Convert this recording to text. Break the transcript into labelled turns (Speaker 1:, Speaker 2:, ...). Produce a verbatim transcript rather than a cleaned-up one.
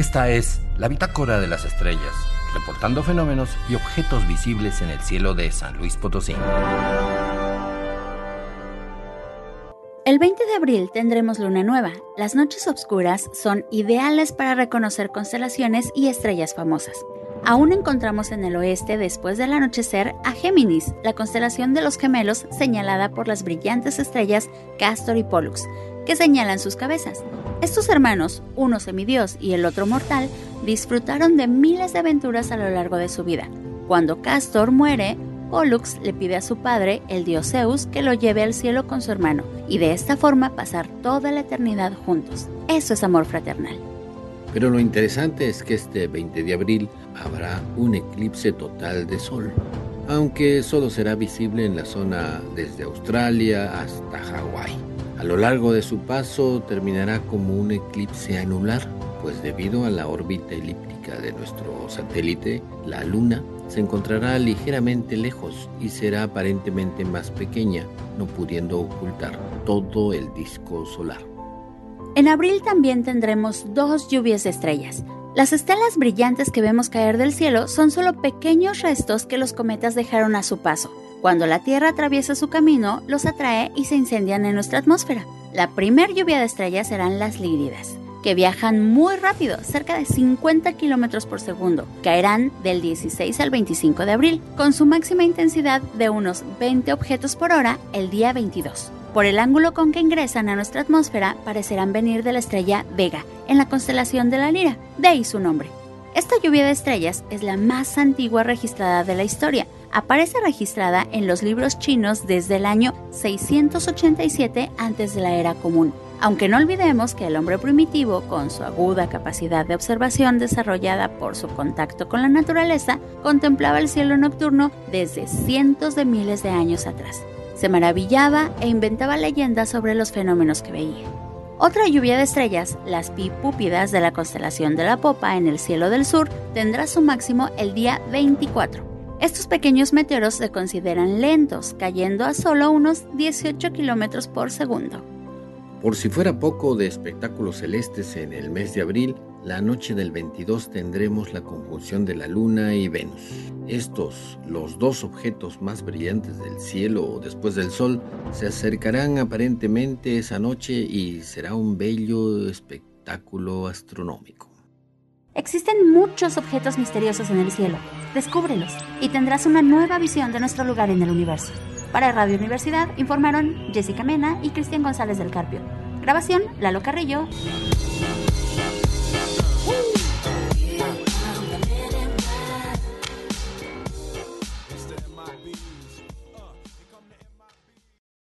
Speaker 1: Esta es la Bitácora de las Estrellas, reportando fenómenos y objetos visibles en el cielo de San Luis Potosí.
Speaker 2: El veinte de abril tendremos luna nueva. Las noches oscuras son ideales para reconocer constelaciones y estrellas famosas. Aún encontramos en el oeste, después del anochecer, a Géminis, la constelación de los gemelos señalada por las brillantes estrellas Cástor y Pólux, que señalan sus cabezas. Estos hermanos, uno semidios y el otro mortal, disfrutaron de miles de aventuras a lo largo de su vida. Cuando Cástor muere, Pólux le pide a su padre, el dios Zeus, que lo lleve al cielo con su hermano, y de esta forma pasar toda la eternidad juntos. Eso es amor fraternal.
Speaker 3: Pero lo interesante es que este veinte de abril habrá un eclipse total de sol, aunque solo será visible en la zona desde Australia hasta Hawái. A lo largo de su paso terminará como un eclipse anular, pues debido a la órbita elíptica de nuestro satélite, la Luna se encontrará ligeramente lejos y será aparentemente más pequeña, no pudiendo ocultar todo el disco solar.
Speaker 2: En abril también tendremos dos lluvias de estrellas. Las estelas brillantes que vemos caer del cielo son solo pequeños restos que los cometas dejaron a su paso. Cuando la Tierra atraviesa su camino, los atrae y se incendian en nuestra atmósfera. La primer lluvia de estrellas serán las Líridas, que viajan muy rápido, cerca de cincuenta kilómetros por segundo. Caerán del dieciséis al veinticinco de abril, con su máxima intensidad de unos veinte objetos por hora el día veintidós. Por el ángulo con que ingresan a nuestra atmósfera, parecerán venir de la estrella Vega, en la constelación de la Lira, de ahí su nombre. Esta lluvia de estrellas es la más antigua registrada de la historia. Aparece registrada en los libros chinos desde el año seiscientos ochenta y siete antes de la Era Común. Aunque no olvidemos que el hombre primitivo, con su aguda capacidad de observación desarrollada por su contacto con la naturaleza, contemplaba el cielo nocturno desde cientos de miles de años atrás. Se maravillaba e inventaba leyendas sobre los fenómenos que veía. Otra lluvia de estrellas, las Pipúpidas de la constelación de la Popa en el cielo del sur, tendrá su máximo el día veinticuatro. Estos pequeños meteoros se consideran lentos, cayendo a solo unos dieciocho kilómetros por segundo.
Speaker 3: Por si fuera poco de espectáculos celestes en el mes de abril, la noche del veintidós tendremos la conjunción de la Luna y Venus. Estos, los dos objetos más brillantes del cielo después del Sol, se acercarán aparentemente esa noche y será un bello espectáculo astronómico.
Speaker 2: Existen muchos objetos misteriosos en el cielo. Descúbrelos y tendrás una nueva visión de nuestro lugar en el universo. Para Radio Universidad informaron Jessica Mena y Cristian González del Carpio. Grabación, Lalo Carrillo.